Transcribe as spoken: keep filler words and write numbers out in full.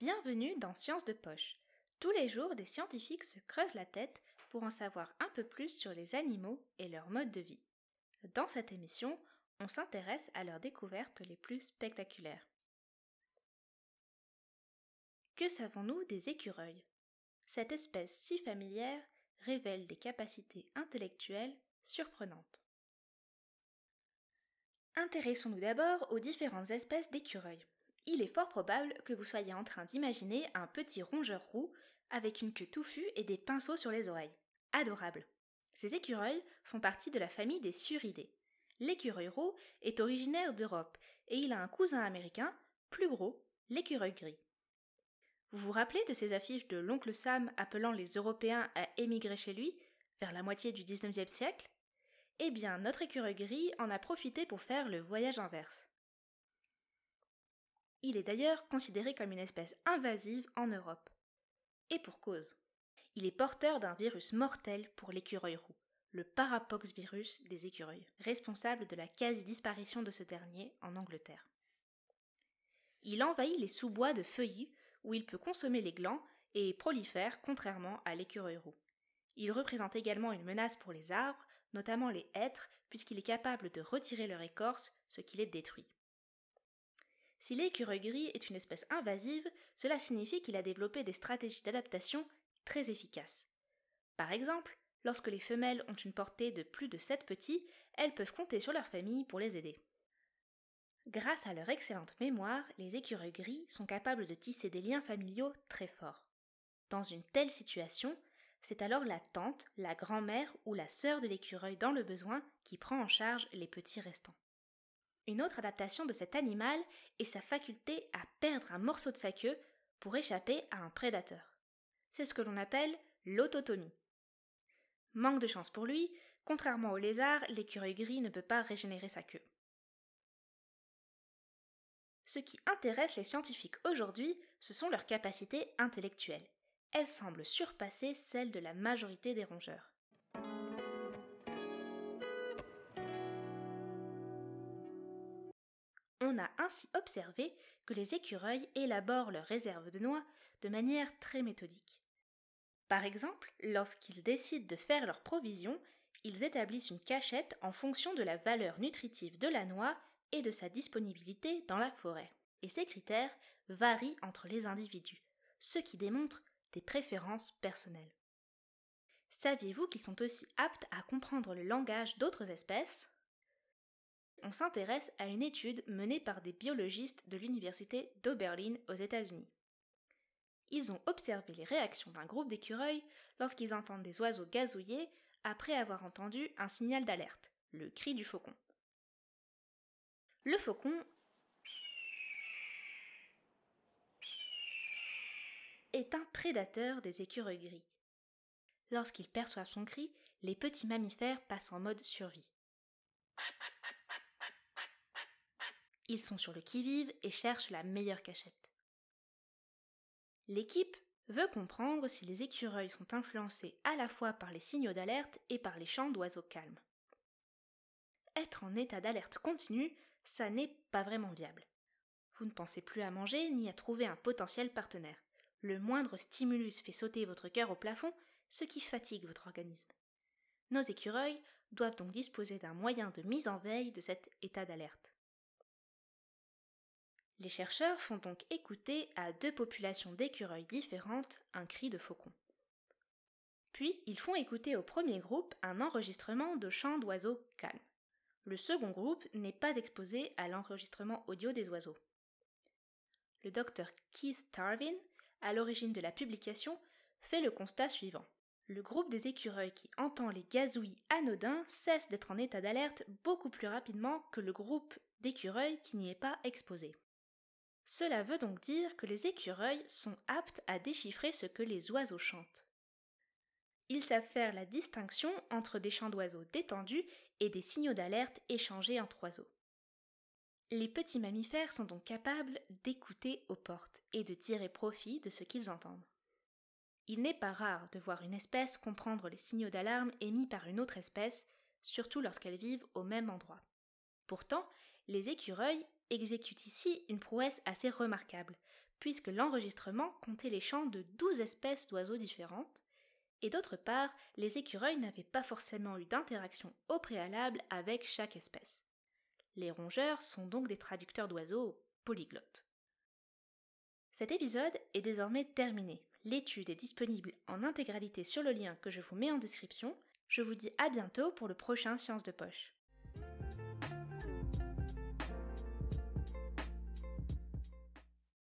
Bienvenue dans Sciences de poche. Tous les jours, des scientifiques se creusent la tête pour en savoir un peu plus sur les animaux et leur mode de vie. Dans cette émission, on s'intéresse à leurs découvertes les plus spectaculaires. Que savons-nous des écureuils ? Cette espèce si familière révèle des capacités intellectuelles surprenantes. Intéressons-nous d'abord aux différentes espèces d'écureuils. Il est fort probable que vous soyez en train d'imaginer un petit rongeur roux avec une queue touffue et des pinceaux sur les oreilles. Adorable! Ces écureuils font partie de la famille des Sciuridés. L'écureuil roux est originaire d'Europe et il a un cousin américain, plus gros, l'écureuil gris. Vous vous rappelez de ces affiches de l'oncle Sam appelant les Européens à émigrer chez lui, vers la moitié du dix-neuvième siècle ? Eh bien, notre écureuil gris en a profité pour faire le voyage inverse. Il est d'ailleurs considéré comme une espèce invasive en Europe. Et pour cause. Il est porteur d'un virus mortel pour l'écureuil roux, le parapoxvirus des écureuils, responsable de la quasi-disparition de ce dernier en Angleterre. Il envahit les sous-bois de feuillus où il peut consommer les glands et prolifère contrairement à l'écureuil roux. Il représente également une menace pour les arbres, notamment les hêtres, puisqu'il est capable de retirer leur écorce, ce qui les détruit. Si l'écureuil gris est une espèce invasive, cela signifie qu'il a développé des stratégies d'adaptation très efficaces. Par exemple, lorsque les femelles ont une portée de plus de sept petits, elles peuvent compter sur leur famille pour les aider. Grâce à leur excellente mémoire, les écureuils gris sont capables de tisser des liens familiaux très forts. Dans une telle situation, c'est alors la tante, la grand-mère ou la sœur de l'écureuil dans le besoin qui prend en charge les petits restants. Une autre adaptation de cet animal est sa faculté à perdre un morceau de sa queue pour échapper à un prédateur. C'est ce que l'on appelle l'autotomie. Manque de chance pour lui, contrairement au lézard, l'écureuil gris ne peut pas régénérer sa queue. Ce qui intéresse les scientifiques aujourd'hui, ce sont leurs capacités intellectuelles. Elles semblent surpasser celles de la majorité des rongeurs. On a ainsi observé que les écureuils élaborent leurs réserves de noix de manière très méthodique. Par exemple, lorsqu'ils décident de faire leurs provisions, ils établissent une cachette en fonction de la valeur nutritive de la noix et de sa disponibilité dans la forêt. Et ces critères varient entre les individus, ce qui démontre des préférences personnelles. Saviez-vous qu'ils sont aussi aptes à comprendre le langage d'autres espèces ? On s'intéresse à une étude menée par des biologistes de l'université d'Oberlin aux États-Unis. Ils ont observé les réactions d'un groupe d'écureuils lorsqu'ils entendent des oiseaux gazouiller après avoir entendu un signal d'alerte, le cri du faucon. Le faucon est un prédateur des écureuils gris. Lorsqu'ils perçoivent son cri, les petits mammifères passent en mode survie. Ils sont sur le qui-vive et cherchent la meilleure cachette. L'équipe veut comprendre si les écureuils sont influencés à la fois par les signaux d'alerte et par les chants d'oiseaux calmes. Être en état d'alerte continue, ça n'est pas vraiment viable. Vous ne pensez plus à manger ni à trouver un potentiel partenaire. Le moindre stimulus fait sauter votre cœur au plafond, ce qui fatigue votre organisme. Nos écureuils doivent donc disposer d'un moyen de mise en veille de cet état d'alerte. Les chercheurs font donc écouter à deux populations d'écureuils différentes un cri de faucon. Puis, ils font écouter au premier groupe un enregistrement de chants d'oiseaux calmes. Le second groupe n'est pas exposé à l'enregistrement audio des oiseaux. Le docteur Keith Tarvin, à l'origine de la publication, fait le constat suivant. Le groupe des écureuils qui entend les gazouillis anodins cesse d'être en état d'alerte beaucoup plus rapidement que le groupe d'écureuils qui n'y est pas exposé. Cela veut donc dire que les écureuils sont aptes à déchiffrer ce que les oiseaux chantent. Ils savent faire la distinction entre des chants d'oiseaux détendus et des signaux d'alerte échangés entre oiseaux. Les petits mammifères sont donc capables d'écouter aux portes et de tirer profit de ce qu'ils entendent. Il n'est pas rare de voir une espèce comprendre les signaux d'alarme émis par une autre espèce, surtout lorsqu'elles vivent au même endroit. Pourtant, les écureuils exécutent ici une prouesse assez remarquable, puisque l'enregistrement comptait les chants de douze espèces d'oiseaux différentes, et d'autre part, les écureuils n'avaient pas forcément eu d'interaction au préalable avec chaque espèce. Les rongeurs sont donc des traducteurs d'oiseaux polyglottes. Cet épisode est désormais terminé. L'étude est disponible en intégralité sur le lien que je vous mets en description. Je vous dis à bientôt pour le prochain Sciences de Poche.